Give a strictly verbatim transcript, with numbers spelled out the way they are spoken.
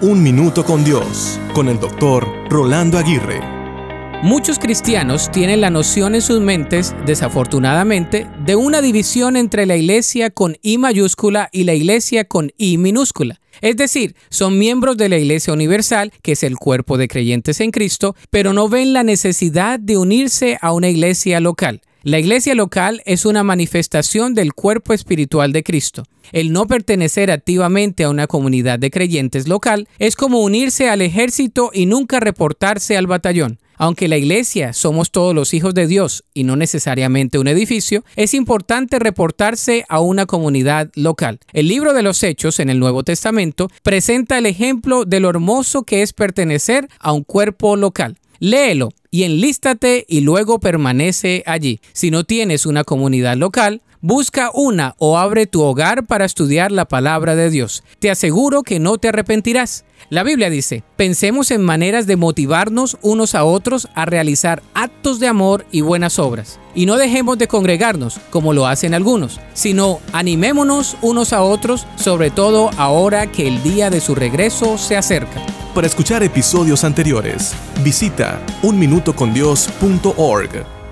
Un Minuto con Dios, con el doctor Rolando Aguirre. Muchos cristianos tienen la noción en sus mentes, desafortunadamente, de una división entre la iglesia con I mayúscula y la iglesia con I minúscula. Es decir, son miembros de la Iglesia Universal, que es el cuerpo de creyentes en Cristo, pero no ven la necesidad de unirse a una iglesia local. La iglesia local es una manifestación del cuerpo espiritual de Cristo. El no pertenecer activamente a una comunidad de creyentes local es como unirse al ejército y nunca reportarse al batallón. Aunque la iglesia somos todos los hijos de Dios y no necesariamente un edificio, es importante reportarse a una comunidad local. El libro de los Hechos en el Nuevo Testamento presenta el ejemplo de lo hermoso que es pertenecer a un cuerpo local. Léelo y enlístate y luego permanece allí. Si no tienes una comunidad local, busca una o abre tu hogar para estudiar la palabra de Dios. Te aseguro que no te arrepentirás. La Biblia dice, pensemos en maneras de motivarnos unos a otros a realizar actos de amor y buenas obras. Y no dejemos de congregarnos, como lo hacen algunos, sino animémonos unos a otros, sobre todo ahora que el día de su regreso se acerca. Para escuchar episodios anteriores, visita un minuto con dios punto org.